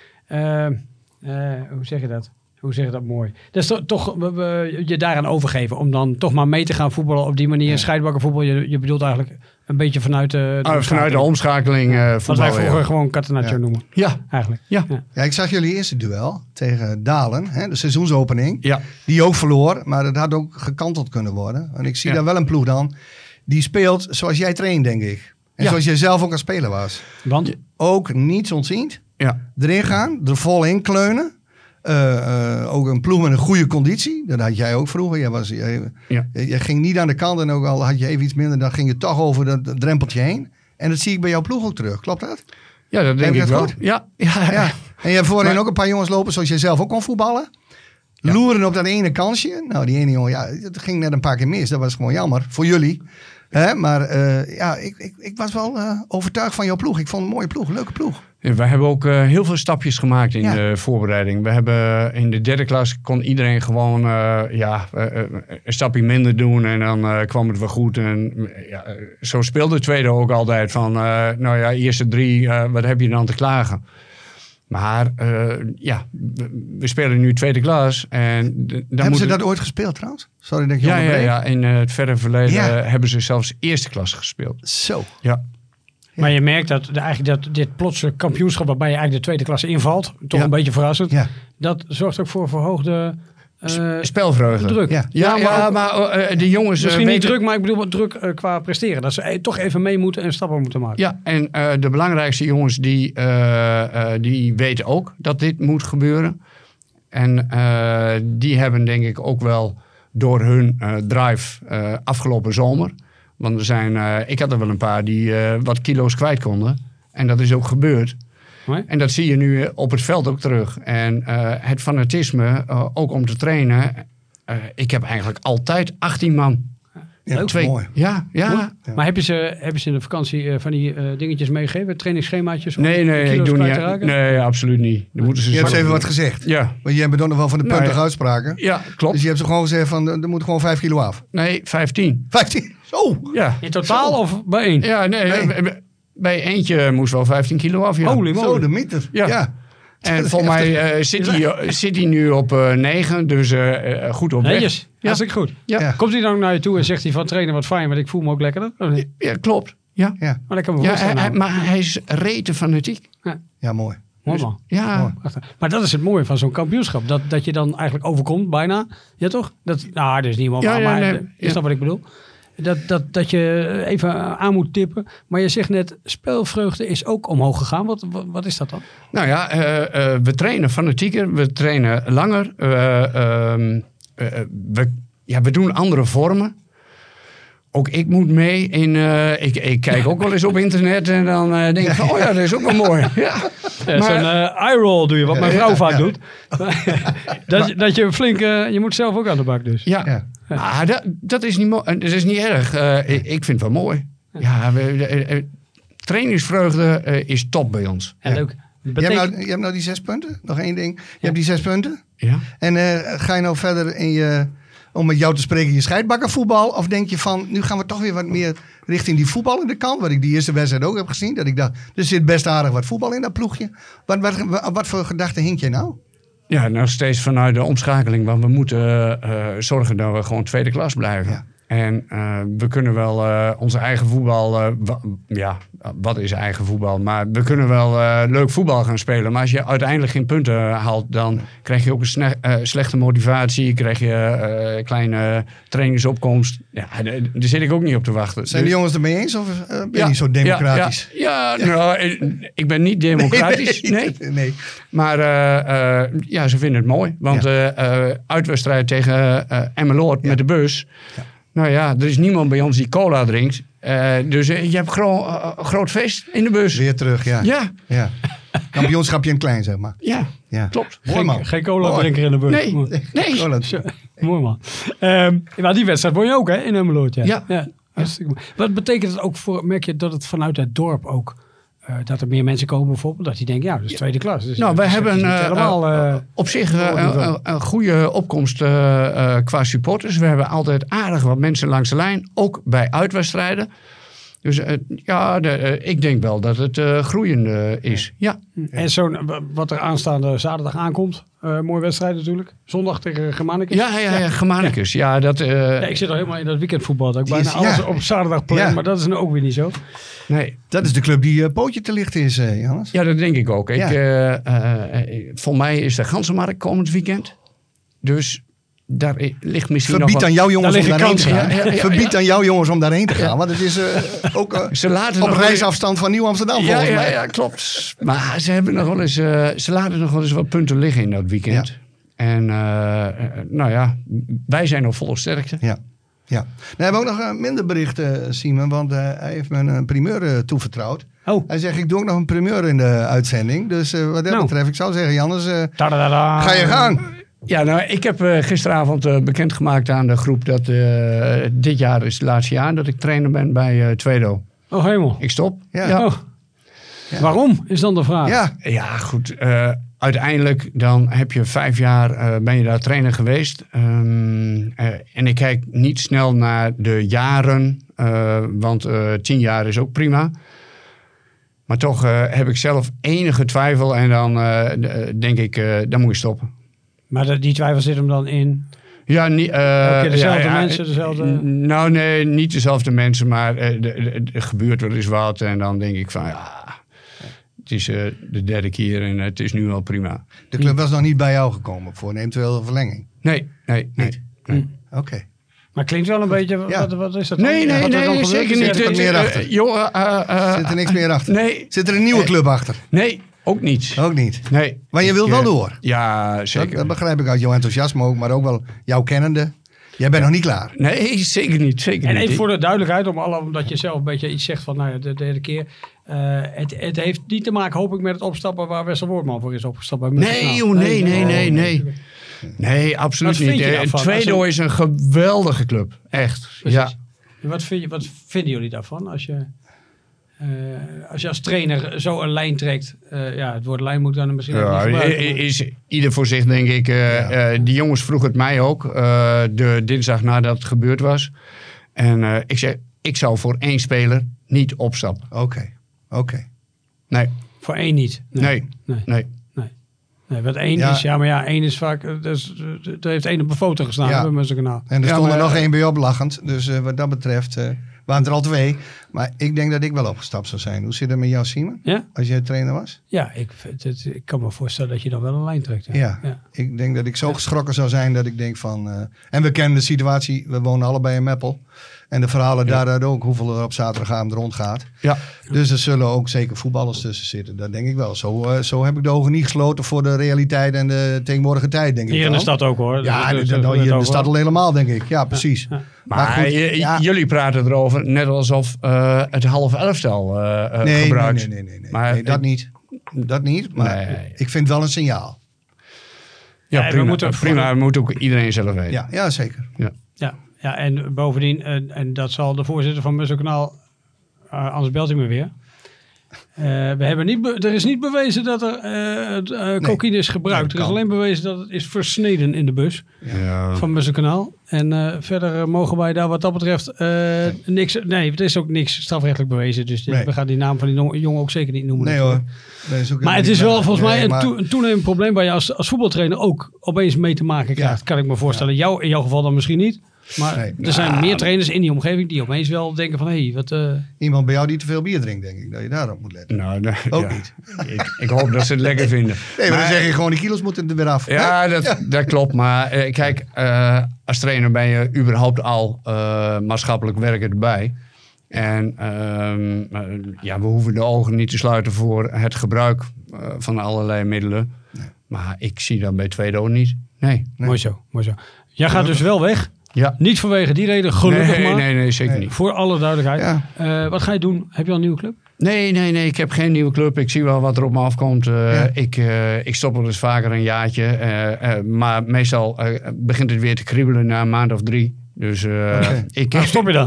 uh, uh, hoe zeg je dat? Hoe zeg je dat mooi? Dat is to, toch we, we, je daaraan overgeven om dan toch maar mee te gaan voetballen op die manier.
Ja.
Scheidbakkenvoetbal, je, je bedoelt eigenlijk een beetje vanuit de... de
Uh, vanuit de omschakeling uh,
Wat wij
voetballen.
vroeger
Ja.
gewoon Catenaccio
Ja.
noemen,
Ja,
eigenlijk.
ja,
Ja, ik zag jullie eerste duel tegen Dalen, hè, de seizoensopening.
ja.
Die ook verloor, maar dat had ook gekanteld kunnen worden. En ik zie
Ja.
daar wel een ploeg dan. Die speelt zoals jij traint, denk ik. En
Ja.
zoals jij zelf ook aan spelen was.
Want
Ook niets ontziend.
ja.
Erin gaan, er vol in kleunen. Uh, uh, ook een ploeg met een goede conditie. Dat had jij ook vroeger. Jij, was, jij,
Ja.
jij ging niet aan de kant en ook al had je even iets minder, dan ging je toch over dat, dat drempeltje heen. En dat zie ik bij jouw ploeg ook terug. Klopt dat?
Ja, dat denk
Heb je
ik
dat
wel.
goed?
Ja, ja.
Ja. En je hebt voorheen
Maar-
ook een paar jongens lopen zoals jij zelf ook kon voetballen.
Ja.
Loeren op dat ene kansje. Nou, die ene jongen, ja, het ging net een paar keer mis. Dat was gewoon jammer voor jullie. Hè? Maar uh, ja, ik, ik, ik was wel uh, overtuigd van jouw ploeg. Ik vond het een mooie ploeg, leuke ploeg.
Ja, we hebben ook uh, heel veel stapjes gemaakt in
ja.
de voorbereiding. We hebben in de derde klas kon iedereen gewoon uh, ja, uh, een stapje minder doen. En dan uh, kwam het wel goed. En ja, zo speelde de tweede ook altijd. Van uh, nou ja, eerste drie, uh, wat heb je dan te klagen? Maar uh, ja, we, we spelen nu tweede klas. En d- dan
hebben ze
het...
dat ooit gespeeld trouwens? Sorry dat ik je
ja, ja, ja, in uh, het verre verleden
ja.
uh, hebben ze zelfs eerste klas gespeeld.
Zo.
Ja.
Ja. Maar je merkt dat, de, eigenlijk dat dit plotse kampioenschap, waarbij je eigenlijk de tweede klasse invalt, toch
ja.
een beetje verrassend,
ja.
dat zorgt ook voor verhoogde uh,
spelvreugde.
Druk.
Ja,
ja, ja, maar,
maar, ook,
maar uh, de jongens...
Misschien
uh,
niet
weten...
druk, maar ik bedoel druk uh, qua presteren. Dat ze uh, toch even mee moeten en stappen moeten maken.
Ja, en uh, de belangrijkste jongens die, uh, uh, die weten ook dat dit moet gebeuren. En uh, die hebben denk ik ook wel door hun uh, drive uh, afgelopen zomer. Want er zijn, uh, ik had er wel een paar die uh, wat kilo's kwijt konden. En dat is ook gebeurd.
Nee?
En dat zie je nu op het veld ook terug. En uh, het fanatisme, uh, ook om te trainen. Uh, ik heb eigenlijk altijd achttien man.
Ja,
Leuk.
Twee.
mooi.
Ja, ja.
Ja. Maar heb je ze, heb je ze in de vakantie uh, van die uh, dingetjes meegegeven? Trainingsschemaatjes? om
Nee, nee,
kilo's
ik doe
kwijt
niet.
te raken?
Nee, absoluut niet. Dan moeten ze
Je hebt
zelf
ze even
doen.
wat gezegd.
Ja,
Want jij bent dan nog wel van de
Nou,
puntige
ja.
uitspraken.
ja, klopt.
Dus je hebt ze gewoon gezegd van, er moet gewoon vijf kilo af.
Nee, vijftien.
vijftien. Zo.
Ja,
In totaal
Zo.
of bij één?
ja nee,
Nee.
bij- bij eentje moest wel vijftien kilo af. Ja.
Holy moly.
Zo, de meter.
Ja.
Ja.
En volgens mij uh, zit, hij, zit hij nu op uh, negen, dus uh, uh, goed op weg.
Netjes.
Ja.
Hartstikke goed.
Ja.
Ja.
Komt hij dan naar je toe en zegt hij van trainen wat fijn, want ik voel me ook lekkerder? Of niet?
Ja, klopt. Ja.
Ja.
Maar dat kan me
Ja,
voorstellen.
hij, hij-
nou.
maar hij is rete fanatiek.
Ja, mooi.
Mooi man.
Ja,
Mooi.
Maar dat is het mooie van zo'n kampioenschap. Dat, dat je dan eigenlijk overkomt, bijna. Ja toch? Dat, nou, dat is niet helemaal
Ja,
waar,
ja,
maar
nee,
is dat
ja.
wat ik bedoel? Dat, dat, dat je even aan moet tippen. Maar je zegt net, spelvreugde is ook omhoog gegaan. Wat, wat, wat is dat dan?
nou ja, uh, uh, we trainen fanatieker, we trainen langer. Uh, um, uh, we, ja, we doen andere vormen. Ook ik moet mee. In, uh, ik, ik kijk ook wel eens op internet en dan uh, denk ik van, oh ja, dat is ook wel mooi. Ja.
Ja,
Maar-
zo'n uh, eye roll doe je, wat mijn vrouw
Ja,
vaak
ja.
doet. dat, je- dat je flink, uh, je moet zelf ook aan de bak dus.
Ja,
Ja.
Ah, dat, dat, is niet mooi. Dat is niet erg. Uh, ik, ik vind het wel mooi. Ja, we, uh, uh, trainingsvreugde uh, is top bij ons.
Ja, leuk.
Je hebt,
Betekent,
nou, je hebt nou die zes punten. Nog één ding. Je hebt die zes punten.
Ja.
En uh, ga je nou verder in je, om met jou te spreken, je scheidbakkervoetbal? Of denk je van, nu gaan we toch weer wat meer richting die voetballende kant? Wat ik die eerste wedstrijd ook heb gezien. Dat ik dacht, er zit best aardig wat voetbal in dat ploegje. Wat, wat, wat, wat voor gedachten hink je nou?
Ja, nog steeds vanuit de omschakeling. Want we moeten uh, uh, zorgen dat we gewoon tweede klas blijven.
Ja.
En uh, we kunnen wel uh, onze eigen voetbal... Uh, wa- ja, wat is eigen voetbal? Maar we kunnen wel uh, leuk voetbal gaan spelen. Maar als je uiteindelijk geen punten haalt... dan krijg je ook een sne- uh, slechte motivatie. Krijg je uh, kleine trainingsopkomst. Ja, d- daar zit ik ook niet op te wachten.
Zijn de
Dus-
jongens het mee eens of uh, ben je
Ja,
niet zo democratisch?
Ja, ja, ja, nou, ik- ik ben niet democratisch, nee.
nee. nee.
Maar uh, uh, ja, ze vinden het mooi. Want uh, uh, uitwedstrijd tegen uh, Emmeloord
Ja.
met de bus.
Ja.
Nou ja, er is niemand bij ons die cola drinkt. Uh, dus uh, je hebt gewoon uh, een groot feest in de bus.
Weer terug, ja.
Ja,
ja. Kampioenschapje in klein, zeg maar.
ja,
Ja.
klopt.
Mooi man.
geen, geen cola
Mooi.
drinker in de bus.
Nee,
Mooi.
nee.
Oh, dat-
Zo, mooi man. Um, maar die wedstrijd won je ook hè, in Emmeloord. Ja.
Ja.
hartstikke mooi. Wat betekent het ook voor, merk je dat het vanuit het dorp ook, uh, dat er meer mensen komen bijvoorbeeld, dat die denken, ja, dat is tweede klas. Dus,
Nou, wij
dus het
hebben
is niet
uh,
helemaal, uh,
op zich uh,
Oh, die wel.
een, een goede opkomst uh, uh, qua supporters. We hebben altijd aardig wat mensen langs de lijn, ook bij uitwedstrijden. Dus uh, ja, de, uh, ik denk wel dat het uh, groeiende is. Ja.
En zo'n, wat er aanstaande zaterdag aankomt, uh, mooie wedstrijd natuurlijk. Zondag tegen Germanicus.
Ja, ja, ja, Germanicus. Ja, dat... Uh,
Ja, ik zit al helemaal in dat weekendvoetbal. Dat ik
Die
bijna
is-
alles
ja.
op zaterdag plan,
Ja.
maar dat is nou ook weer niet zo.
nee.
Dat is de club die uh, pootje te licht is, uh, Johannes.
Ja, dat denk ik ook. Ik,
Ja.
uh, uh, voor mij is de Ganzenmarkt komend weekend. Dus daar i- ligt misschien
Verbied
nog
aan
wat...
jouw jongens
Daar
om
liggen
daarheen te gaan.
kansen. Ja, ja, ja,
Verbied
ja.
aan jouw jongens om daarheen te gaan. Want het is uh, ook uh,
Ze laten
op
nog wel-
reisafstand van Nieuw-Amsterdam
Ja,
volgens
ja,
mij.
ja, klopt. Maar ze, hebben nog wel eens, uh, ze laten nog wel eens wat punten liggen in dat weekend.
Ja.
En uh, uh, nou ja, wij zijn nog volop sterkte.
Ja. Ja. Nou, we hebben ook nog een minder bericht, uh, Simon. Want uh, hij heeft me een primeur uh, toevertrouwd.
Oh,
Hij zegt, ik doe ook nog een primeur in de uitzending. Dus uh, wat dat
Nou.
betreft, ik zou zeggen, Jannes, uh,
tadadada.
ga je gang.
Ja, nou, ik heb uh, gisteravond uh, bekendgemaakt aan de groep dat uh, dit jaar is het laatste jaar dat ik trainer ben bij uh, Tweedo.
Oh, helemaal.
Ik stop.
Ja.
Ja.
Oh. Ja. Waarom, is dan de vraag.
Ja,
Ja, goed. Uh, uiteindelijk dan heb je vijf jaar, uh, ben je daar trainer geweest. Um, uh, en ik kijk niet snel naar de jaren, uh, want uh, tien jaar is ook prima. Maar toch uh, heb ik zelf enige twijfel en dan uh, denk ik, uh, dan moet je stoppen.
Maar de, die twijfel zit hem dan in...
Ja, niet, uh,
Elke keer dezelfde
ja, ja,
mensen, dezelfde...
n- Nou, nee, niet dezelfde mensen, maar uh, er gebeurt wel eens wat. En dan denk ik van, ja, het is uh, de derde keer en het is nu al prima.
de club was nog niet bij jou gekomen voor een eventuele verlenging.
Nee, nee, nee.
Niet?
nee.
Oké.
Maar klinkt wel een beetje...
Ja.
Wat, wat is dat dan?
Nee, nee,
Wat er dan
nee,
gebeurt?
zeker niet.
er meer
Uh,
achter?
uh, joh, uh, uh,
Zit er niks meer achter?
Nee,
Zit er een nieuwe club achter?
nee, ook niet.
Ook niet.
Nee.
Maar je
Ik,
wilt wel
uh,
door.
Ja,
Dat,
zeker.
dat begrijp ik uit jouw enthousiasme ook, maar ook wel jouw kennende. Jij bent nog niet klaar.
Nee, zeker niet. Zeker
En
niet.
even voor de duidelijkheid, om alle, omdat je zelf een beetje iets zegt van nou ja, de derde keer. Uh, het, het heeft niet te maken, hoop ik, met het opstappen waar Wessel Woordman voor is opgestapt. Bij
Nee,
Muzikanaal.
joh, nee, nee, nee, nee.
natuurlijk.
Nee, absoluut
Wat vind
niet.
je
Eh,
daarvan?
Tweedo
Als
is een geweldige club. Echt.
Precies.
Ja.
En Wat, vind je, wat vinden jullie daarvan als je, uh, als je als trainer zo een lijn trekt? Uh, ja, het woord lijn moet dan misschien ook
Ja,
niet gebruiken.
i-
maar-
is ieder voor zich, denk ik. Uh,
Ja.
uh, die jongens vroegen het mij ook. Uh, de dinsdag nadat het gebeurd was. En uh, ik zei, ik zou voor één speler niet opstappen.
Oké. Oké.
Nee,
Voor één niet.
nee,
Nee.
nee.
nee. Nee, wat één
Ja.
is, ja, maar ja, één is vaak. uh, Dus, uh, er heeft één op een foto gestaan
Ja.
bij Muzikanaal.
En er
Ja,
stond er
maar-
nog één bij op lachend. Dus uh, wat dat betreft uh, waren er al twee. Maar ik denk dat ik wel opgestapt zou zijn. Hoe zit het met jou, Simon?
Ja?
Als jij trainer was?
Ja, ik, vind het, ik kan me voorstellen dat je dan wel een lijn trekt. Ja.
Ja.
Ja.
Ik denk dat ik zo geschrokken zou zijn dat ik denk van... Uh, en we kennen de situatie. We wonen allebei in Meppel. En de verhalen daaruit ook. Hoeveel er op zaterdagavond rondgaat.
Ja.
Dus er zullen ook zeker voetballers tussen zitten. Dat denk ik wel. Zo, uh, zo heb ik de ogen niet gesloten voor de realiteit en de tegenwoordige tijd, denk ik
Hier in
wel.
de stad ook hoor.
Ja,
Dat-
dat-
dat-
dat-
dat-
hier in de
dat-
stad al helemaal, denk ik. Ja, precies.
Ja.
Maar,
goed,
j-
ja.
jullie praten erover net alsof uh, het half elftal uh, uh,
Nee, nee,
gebruikt.
nee, nee, nee, nee.
Maar,
nee, dat
ik-
niet. Dat niet, maar
Nee.
ik vind wel een signaal.
Ja,
Ja, we
prima.
moeten
prima,
voor-
dat moet ook iedereen zelf weten.
Ja, ja zeker.
Ja, ja, en bovendien, en, en dat zal de voorzitter van Muzikanaal, uh, anders belt hij me weer. Uh, we hebben niet be- er is niet bewezen dat er uh, uh, cocaïne is gebruikt.
Nee, dat
er is
kan.
alleen bewezen dat het is versneden in de bus
Ja.
van Muzikanaal. En uh, verder uh, mogen wij daar wat dat betreft uh, nee. niks... Nee, er is ook niks strafrechtelijk bewezen. Dus dit-
Nee.
we gaan die naam van die no- jongen ook zeker niet noemen.
Nee
natuurlijk.
hoor. Nee, is ook
Maar het
helemaal
is wel
niet-
volgens mij
nee,
een,
maar-
toe- een toenemend probleem waar je als, als voetbaltrainer ook opeens mee te maken krijgt. Kan ik me voorstellen. Jou, in jouw geval dan misschien niet. Maar
Nee.
er zijn meer trainers in die omgeving die opeens wel denken van... hé, hey, wat... uh,
Iemand bij jou die te veel bier drinkt, denk ik. Dat je daarop moet letten.
Nou, nee,
Ook
ja.
niet.
Ik, ik hoop dat ze het lekker vinden.
Nee, maar, dan zeg je gewoon die kilo's moeten er weer af. hè?
Ja, dat, dat klopt. Maar eh, kijk, eh, als trainer ben je überhaupt al eh, maatschappelijk werken erbij. En ehm, eh, ja, we hoeven de ogen niet te sluiten voor het gebruik eh, van allerlei middelen.
Nee.
Maar ik zie dat bij Tweedo niet. Nee.
Nee.
Mooi zo, mooi zo. Jij gaat dus wel weg.
Ja.
Niet vanwege die reden, gelukkig
nee,
maar.
nee, nee, zeker
Nee.
niet.
Voor alle duidelijkheid.
Ja.
Uh, wat ga je doen? Heb je al een nieuwe club?
Nee, nee, nee. Ik heb geen nieuwe club. Ik zie wel wat er op me afkomt. Uh,
Ja.
ik, uh, ik stop wel eens vaker een jaartje. Uh, uh, maar meestal uh, begint het weer te kriebelen na een maand of drie. Dus uh,
Oké.
ik...
Waar stop je dan?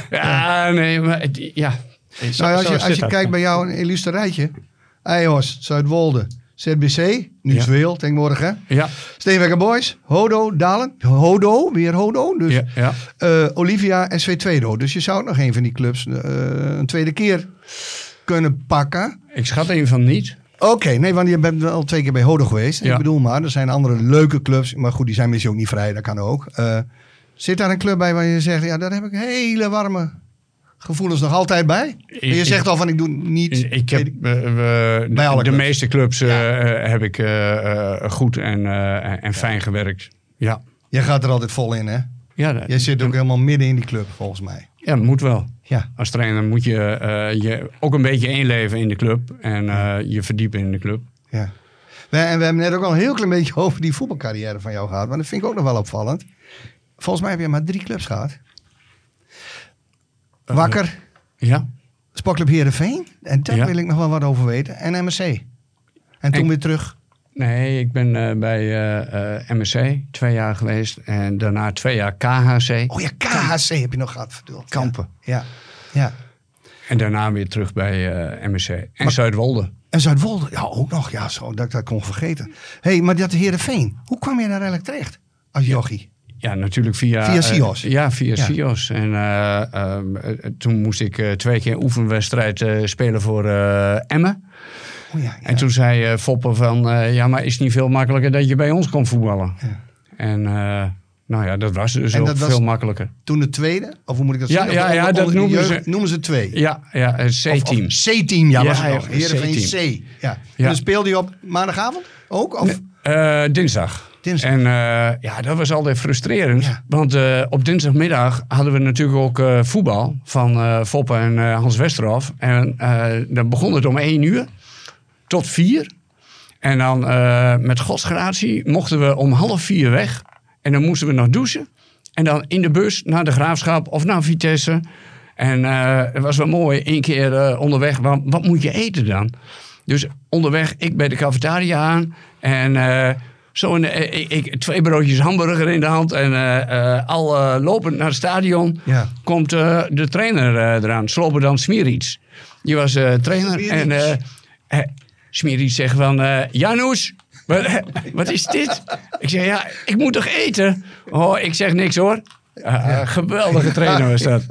Ja, nee, maar het- ja.
Nou,
Zo
als
is
je, als
dit
je
ook.
kijkt bij jou een illustre rijtje. Eijhorst, Zuidwolde, Z B C, nu
Ja.
Zweel tegenwoordig hè.
Ja,
Steenwekker Boys, Hodo, Dalen, Hodo, weer Hodo. Dus
ja, ja.
eh, Olivia en S W Tweedo. Dus je zou nog een van die clubs eh, een tweede keer kunnen pakken.
Ik schat een van niet.
Oké, nee, want je bent al twee keer bij Hodo geweest.
Ja.
Ik bedoel maar, er zijn andere leuke clubs. Maar goed, die zijn misschien ook niet vrij, dat kan ook. Eh, zit daar een club bij waar je zegt, ja, daar heb ik hele warme gevoelens nog altijd bij? En je
ik-
zegt al van, ik doe niet...
Ik heb uh, we-
Bij alle
de, de
clubs.
meeste clubs uh,
Ja.
uh, heb ik uh, uh, goed en, uh, en fijn gewerkt. Ja.
Jij gaat er altijd vol in, hè?
Ja, dat,
Jij zit ook helemaal midden in die club, volgens mij.
ja, moet wel.
Ja.
Als trainer moet je uh, je ook een beetje inleven in de club en uh, je verdiepen in de club.
Ja. We, en we hebben net ook al een heel klein beetje over die voetbalcarrière van jou gehad. Maar dat vind ik ook nog wel opvallend. Volgens mij heb je maar drie clubs gehad. Wakker,
Ja.
Sportclub Heerenveen. En daar
Ja.
wil ik nog wel wat over weten. En M S C. En toen
En-
weer terug
Nee, ik ben uh, bij uh, uh, M S C twee jaar geweest. En daarna twee jaar K H C.
Oh ja, K H C heb je nog gehad. Verdoeld.
Kampen.
Ja, ja.
En daarna weer terug bij uh, M S C. En maar, Zuidwolde.
En Zuidwolde, ja, ook nog. Ja, zo, dat ik dat kon vergeten. Hé, hey, maar dat Heerenveen, hoe kwam je daar eigenlijk terecht als jochie?
Ja, natuurlijk via...
Via S I O S?
Uh, ja, via
ja.
S I O S. En uh, uh, toen moest ik uh, twee keer een oefenwedstrijd uh, spelen voor uh, Emmen.
Oh ja, ja.
En toen zei uh, Foppe van... Uh, ja, maar is het niet veel makkelijker dat je bij ons kon voetballen? Ja. En... Uh, Nou ja, dat was dus ook veel makkelijker.
Toen de tweede? Of hoe moet ik dat
ja,
zeggen?
Ja, ja, dat noemen ze...
Noemen ze twee?
Ja, ja het C-team.
C-team, ja,
ja,
was het nog.
Ja,
Heerenveen C. Ja. En ja. dan speelde je op maandagavond ook? Of?
Uh, dinsdag.
dinsdag.
En uh, ja, dat was altijd frustrerend.
Ja.
Want uh, op dinsdagmiddag hadden we natuurlijk ook uh, voetbal van uh, Foppe en uh, Hans Westerhof. En uh, dan begon het om één uur tot vier. En dan uh, met godsgratie mochten we om half vier weg. En dan moesten we nog douchen. En dan in de bus naar de Graafschap of naar Vitesse. En uh, het was wel mooi. Eén keer uh, onderweg. Wat, wat moet je eten dan? Dus onderweg, ik bij de cafetaria aan. En uh, zo een, uh, ik, ik, twee broodjes hamburger in de hand. En uh, uh, al uh, lopend naar het stadion ja. komt uh, de trainer uh, eraan. Slobodan Smiric. Die was uh, trainer. Smiric. En uh, uh, Smiric zegt van... Uh, Janusz... Wat, wat is dit? Ik zeg, ja, ik moet toch eten? Oh, ik zeg niks hoor. Uh, ja. Geweldige trainer was dat.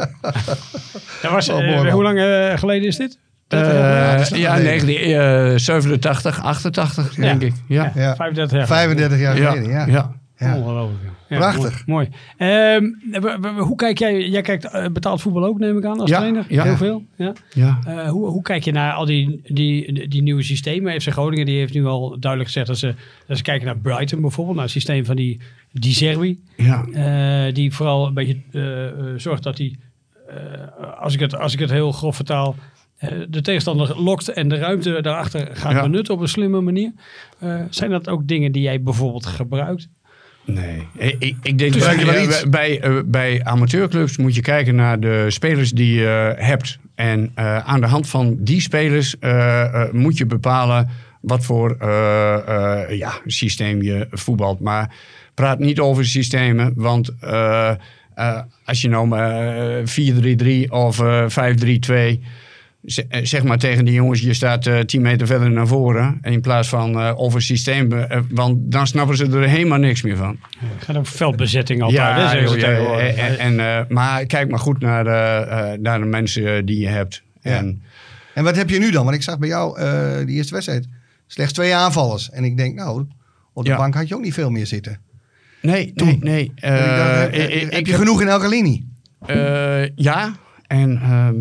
dat was, uh, oh, hoe lang uh, geleden is dit?
Uh, uh, ja, negentien zevenentachtig, achtentachtig denk ja. ik. Ja.
Ja.
vijfendertig jaar
vijfendertig jaar geleden, ja.
ja.
ja. Ongelooflijk. Ja,
prachtig.
Mooi. mooi. Um, hoe kijk jij? Jij kijkt uh, betaald voetbal ook, neem ik aan, als
ja,
trainer?
Ja.
Heel veel. Ja.
Ja.
Uh, hoe, hoe kijk je naar al die, die, die nieuwe systemen? F C Groningen die heeft nu al duidelijk gezegd dat ze, dat ze kijken naar Brighton bijvoorbeeld. Naar het systeem van die, die Zerbi.
Ja.
Uh, die vooral een beetje uh, uh, zorgt dat hij, uh, als, ik het, als ik het heel grof vertaal... Uh, de tegenstander lokt en de ruimte daarachter gaat ja. benutten op een slimme manier. Uh, zijn dat ook dingen die jij bijvoorbeeld gebruikt?
Nee, ik, ik denk dat uh, bij, uh, bij amateurclubs moet je kijken naar de spelers die je uh, hebt. En uh, aan de hand van die spelers uh, uh, moet je bepalen wat voor uh, uh, ja, systeem je voetbalt. Maar praat niet over systemen, want uh, uh, als je nou uh, vier drie drie of uh, vijf drie twee... zeg maar tegen die jongens, je staat uh, tien meter verder naar voren. In plaats van uh, over systeem. Uh, want dan snappen ze er helemaal niks meer van.
Het gaat over veldbezetting altijd.
Ja,
hè,
joh, ja en, en, uh, maar kijk maar goed naar, uh, uh, naar de mensen die je hebt.
Ja.
En,
en wat heb je nu dan? Want ik zag bij jou uh, die eerste wedstrijd slechts twee aanvallers. En ik denk, nou, op de ja. bank had je ook niet veel meer zitten.
Nee, Toen. nee, nee. Uh,
dacht, heb, heb, heb je heb, genoeg in elke linie?
Uh, ja. En,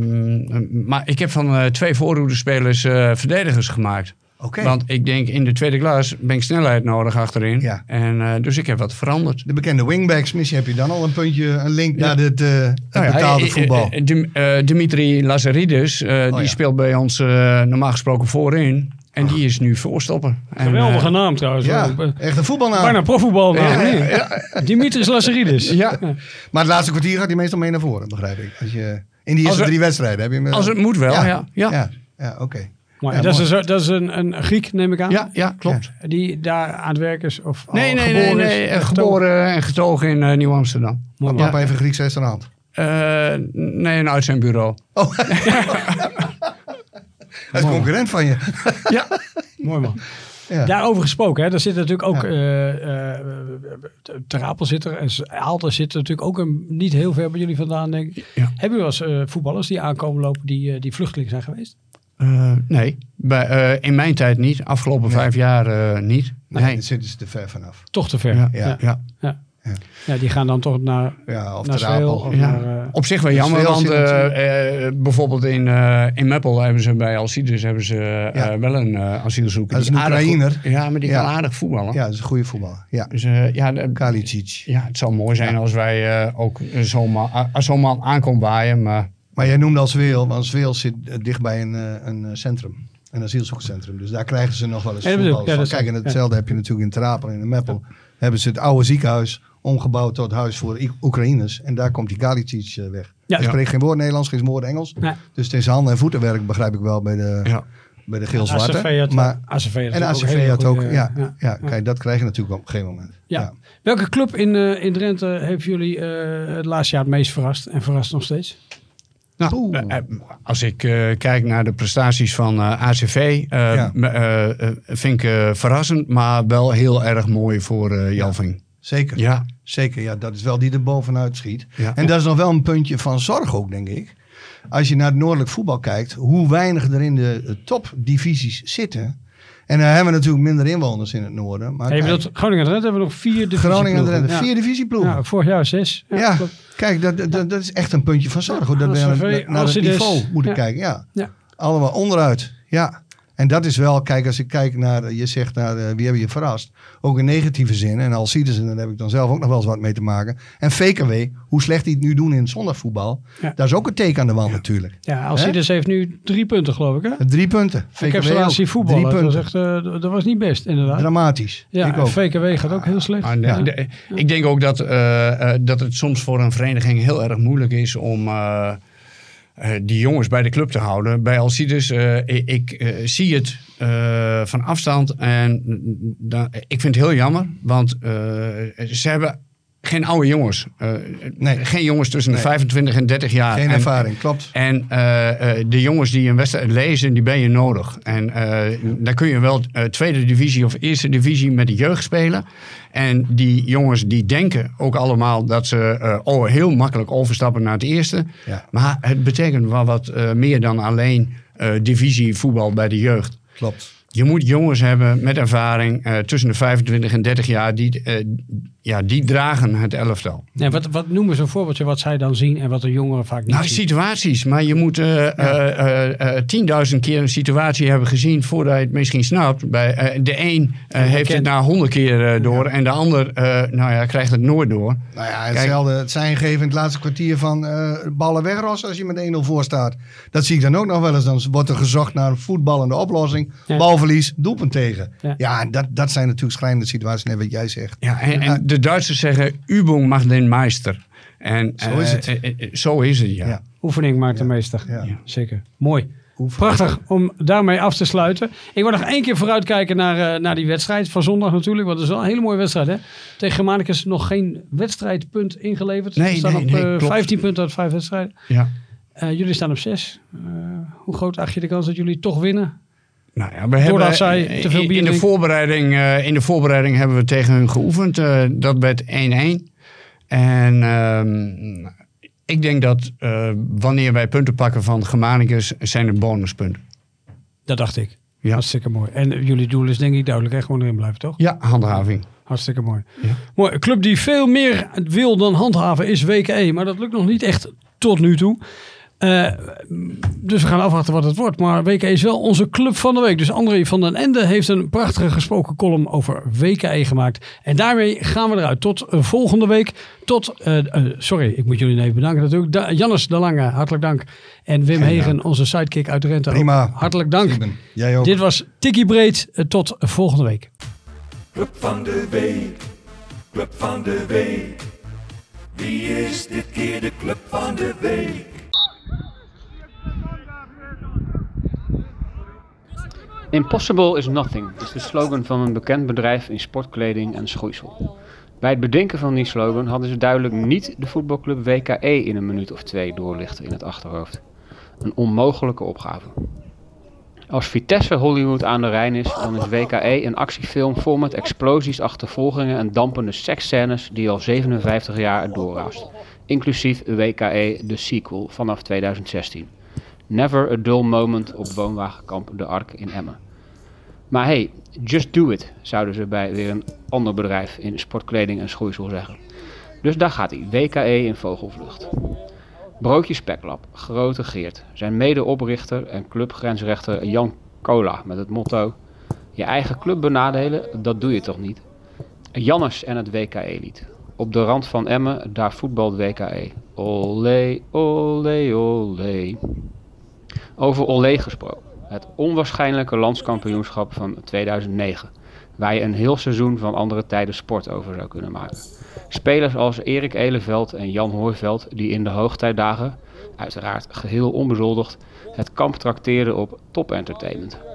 um, maar ik heb van uh, twee voorhoedespelers uh, verdedigers gemaakt.
Okay.
Want ik denk in de tweede klas ben ik snelheid nodig achterin.
Ja.
En, uh, dus ik heb wat veranderd.
De bekende wingbacks, misschien heb je dan al een puntje, een link ja. naar het, uh, het nou ja, betaalde voetbal.
Uh, uh, uh, Dimitri Lazaridis, uh, oh, die ja. speelt bij ons uh, normaal gesproken voorin. En die is nu voorstopper.
Geweldige en, uh, naam trouwens.
Ja, echt een voetbalnaam.
Bijna profvoetbalnaam.
Ja, ja, ja.
Dimitris Lazaridis.
Ja.
Ja. Maar het laatste kwartier gaat hij meestal mee naar voren, begrijp ik. Als je, in die eerste
het,
drie wedstrijden heb je hem...
Als het moet wel, ja. Ja,
ja. ja, ja oké. Okay.
Ja, dat, is, dat is een, een Griek, neem ik aan.
Ja, ja klopt.
Ja. Die daar aan het werk is? Of
nee, nee,
geboren
nee, nee.
Is,
geboren en getogen in uh, Nieuw-Amsterdam.
Maar papa heeft een Grieks restaurant?
Uh, nee, een uit zijn bureau.
Oh. Hij is concurrent van je.
Ja, mooi man. Ja. Daarover gesproken, hè, daar zit natuurlijk ook... Ja. Uh, uh, Ter Apel zit er en Aalten zit er natuurlijk ook een, niet heel ver bij jullie vandaan, denk ik. Ja. Hebben jullie wel eens uh, voetballers die aankomen lopen die, uh, die vluchteling zijn geweest?
Uh, nee, bij, uh, in mijn tijd niet. Afgelopen nee. vijf jaar uh, niet.
Nee, nee. Daar zitten ze te ver vanaf.
Toch te ver?
Ja.
Ja.
Ja. Ja.
Ja. Ja. Ja, die gaan dan toch naar,
ja, of
naar
Ter Apel.
Of
ja.
naar, uh,
op zich wel jammer, want uh, uh, bijvoorbeeld in, uh, in Meppel hebben ze bij Alcides hebben ze uh, ja. wel een uh, asielzoeker.
Dat is een Oekraïner.
Ja, maar die
ja.
kan aardig voetballen.
Ja, dat is een goede voetballer. Ja.
Dus, uh, ja, de,
Kalicic.
Ja, het zou mooi zijn ja. als wij uh, ook zo'n man, als zo'n man aankomt waaien. Maar,
maar jij noemde al Zweel, want Zweel zit uh, dicht bij een, uh, een centrum. Een asielzoekerscentrum. Dus daar krijgen ze nog wel eens ja, voetballers ja, van. Kijk, en hetzelfde ja. heb je natuurlijk in Ter Apel en in Meppel. Ja. Hebben ze het oude ziekenhuis omgebouwd tot huis voor Oekraïners. En daar komt die Kalicic uh, weg. Ja. Hij spreekt ja. geen woord Nederlands, geen woord Engels. Nee. Dus het is handen- en voetenwerk, begrijp ik wel, bij de, ja.
bij de geel-zwarte.
A C V had,
Maar,
A C V had
en
ook
A C V
hele
had ook,
goede-
ja,
ja,
ja,
ja.
kijk, dat krijg je natuurlijk op een gegeven moment.
Ja.
Ja.
Welke club in, uh, in Drenthe heeft jullie uh, het laatste jaar het meest verrast en verrast nog steeds?
Nou,
Oeh.
uh, als ik uh, kijk naar de prestaties van uh, A C V, uh,
Ja.
uh, uh, vind ik uh, verrassend, maar wel heel erg mooi voor uh, Jalving.
Zeker.
Ja.
Zeker, ja, dat is wel die er bovenuit schiet.
Ja.
En dat is nog wel een puntje van zorg ook, denk ik. Als je naar het noordelijk voetbal kijkt, hoe weinig er in de uh, topdivisies zitten. En dan hebben we natuurlijk minder inwoners in het noorden. Maar
Hey, je
kijk,
bedoelt, Groningen en Drenthe hebben nog vier divisieploegen.
Groningen en Drenthe,
Ja.
vier divisieploegen.
Ja, vorig jaar zes. Ja,
Ja,
klopt.
kijk, dat, dat, dat is echt een puntje van zorg. Hoor, dat we
A C V,
naar, naar het
Alcides.
niveau moeten
Ja.
kijken. Ja.
Ja.
Allemaal onderuit. Ja. En dat is wel, kijk, als ik kijk naar, je zegt naar uh, wie heb je verrast. Ook in negatieve zin. En Alcides, en daar heb ik dan zelf ook nog wel eens wat mee te maken. En V K W, hoe slecht die het nu doen in het zondagvoetbal.
Ja.
Dat is ook een teken aan de wand natuurlijk.
Ja, Alcides heeft nu drie punten, geloof ik. Hè?
Drie punten. V K W
Ik heb ze
ook.
laatst zien voetballen.
Drie
Dat was,
punten.
echt, uh, dat was niet best, inderdaad.
Dramatisch.
Ja,
ik
en
ook.
V K W gaat ook heel slecht.
Ah, nee,
Ja.
de- ik denk ook dat, uh, uh, dat het soms voor een vereniging heel erg moeilijk is om uh, uh, die jongens bij de club te houden. Bij Alcides, uh, ik, ik uh, zie het uh, van afstand en uh, ik vind het heel jammer, want uh, ze hebben geen oude jongens. Uh,
Nee.
Geen jongens tussen
Nee.
de vijfentwintig en dertig jaar.
Geen
En-
ervaring, klopt.
En uh, uh, de jongens die een wedstrijd lezen, die ben je nodig. En uh, dan kun je wel uh, tweede divisie of eerste divisie met de jeugd spelen. En die jongens die denken ook allemaal dat ze uh, oh, heel makkelijk overstappen naar het eerste.
Ja.
Maar het betekent wel wat uh, meer dan alleen uh, divisie voetbal bij de jeugd.
Klopt.
Je moet jongens hebben met ervaring uh, tussen de vijfentwintig en dertig jaar. Die, uh, ja, die dragen het elftal.
Ja, wat, wat noemen ze een voorbeeldje wat zij dan zien en wat de jongeren vaak niet
Nou,
zien?
situaties. Maar je moet tienduizend uh, uh, uh, keer een situatie hebben gezien voordat je het misschien snapt. Bij, uh, de een uh, heeft het na honderd keer uh, door en de ander uh, nou ja, krijgt het nooit door.
Nou ja, hetzelfde. Het zijn geven in het laatste kwartier van uh, ballen wegrossen als je met één nul voor staat. Dat zie ik dan ook nog wel eens. Dan wordt er gezocht naar een voetballende oplossing.
Ja.
Balverlies, doelpunt tegen.
Ja.
Ja, en dat, dat zijn natuurlijk schrijnende situaties, net wat jij zegt.
Ja, en, en de Duitsers zeggen, Übung macht den Meister. En,
Zo is het.
Uh, uh, uh, zo is het, ja.
Ja.
Oefening maakt de meester.
Ja.
Ja, zeker. Mooi.
Oefen.
Prachtig om daarmee af te sluiten. Ik wil nog één keer vooruitkijken naar, uh, naar die wedstrijd van zondag natuurlijk. Want het is wel een hele mooie wedstrijd. Hè? Tegen Germanicus nog geen wedstrijdpunt ingeleverd.
Nee,
Ze staan
nee,
op
nee,
uh,
klopt.
vijftien punten uit vijf wedstrijden.
Ja.
Uh, jullie staan op zes. Uh, hoe groot acht je de kans dat jullie toch winnen?
Nou ja, we hebben,
zij te veel
in,
bier
in, de
drinken.
voorbereiding, uh, in de voorbereiding hebben we tegen hun geoefend. Uh, dat werd één-één. En uh, ik denk dat uh, wanneer wij punten pakken van Germanicus, zijn het bonuspunten.
Dat dacht ik.
Ja.
Hartstikke mooi. En jullie doel is denk ik duidelijk. Hè? Gewoon erin blijven, toch?
Ja, handhaving.
Hartstikke mooi.
Ja.
Mooi. Een club die veel meer wil dan handhaven is W K E. Maar dat lukt nog niet echt tot nu toe. Uh, dus we gaan afwachten wat het wordt. Maar W K E is wel onze club van de week. Dus André van den Ende heeft een prachtige gesproken column over W K E gemaakt. En daarmee gaan we eruit. Tot uh, volgende week. Tot, uh, uh, sorry, ik moet jullie even bedanken natuurlijk. Da- Jannes de Lange, hartelijk dank. En Wim
Geen
Hegen,
dank.
onze sidekick uit Drenthe. ook.
Prima.
Hartelijk dank.
Steven, jij ook.
Dit was Tikkie Breed. Uh, tot volgende week.
Club van de week, club van de week. Wie is dit keer de club van de week?
Impossible is nothing is de slogan van een bekend bedrijf in sportkleding en schoeisel. Bij het bedenken van die slogan hadden ze duidelijk niet de voetbalclub W K E in een minuut of twee doorlichten in het achterhoofd. Een onmogelijke opgave. Als Vitesse Hollywood aan de Rijn is, dan is W K E een actiefilm vol met explosies, achtervolgingen en dampende seksscènes die al zevenenvijftig jaar doorraast. Inclusief W K E de sequel vanaf tweeduizend zestien. Never a dull moment op woonwagenkamp De Ark in Emmen. Maar hey, just do it, zouden ze bij weer een ander bedrijf in sportkleding en schoeisel zeggen. Dus daar gaat hij, W K E in vogelvlucht. Broodje Speklap, Grote Geert, zijn medeoprichter en clubgrensrechter Jan Cola met het motto: je eigen club benadelen, dat doe je toch niet? Jannes en het W K E-lied. Op de rand van Emmen, daar voetbalt W K E. Olé, olé, olé. Over olé gesproken. Het onwaarschijnlijke landskampioenschap van tweeduizend negen. Waar je een heel seizoen van andere tijden sport over zou kunnen maken. Spelers als Erik Eleveld en Jan Hooiveld die in de hoogtijdagen, uiteraard geheel onbezoldigd, het kamp trakteerden op top entertainment.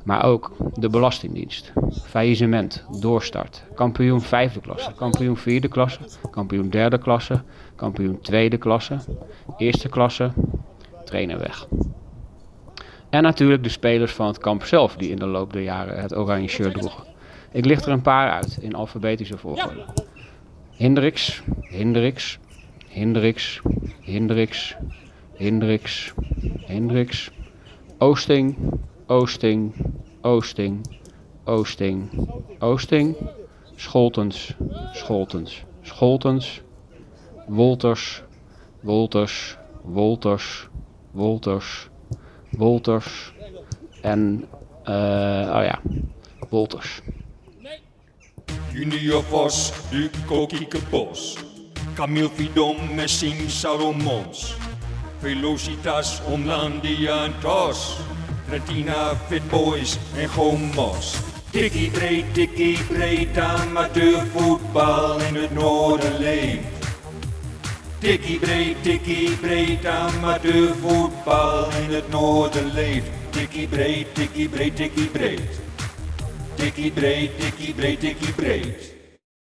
Maar ook de Belastingdienst, faillissement, doorstart, kampioen vijfde klasse, kampioen vierde klasse, kampioen derde klasse, kampioen tweede klasse, eerste klasse, trainer weg. En natuurlijk de spelers van het kamp zelf die in de loop der jaren het oranje shirt droegen. Ik licht er een paar uit in alfabetische volgorde. Hendricks, Hendricks, Hendricks, Hendricks, Hendricks, Hendricks, Oosting, Oosting, Oosting, Oosting, Oosting, Scholtens, Scholtens, Scholtens, Wolters, Wolters, Wolters, Wolters, Wolters en, uh, oh ja, Wolters.
Junior Vos, Duco Kiekebos, Camille Vidom, Messing Salomons, Velocitas, Omlandia en Tos, Retina, Fit Boys en Gomos. Tikkie breed, tikkie breed, amateurvoetbal in het noorden leeft. Tikkie breed, tikkie breed, amateurvoetbal in het noorden leeft. Tikkie breed, tikkie breed, tikkie breed. Tikkie breed, tikkie breed, tikkie breed.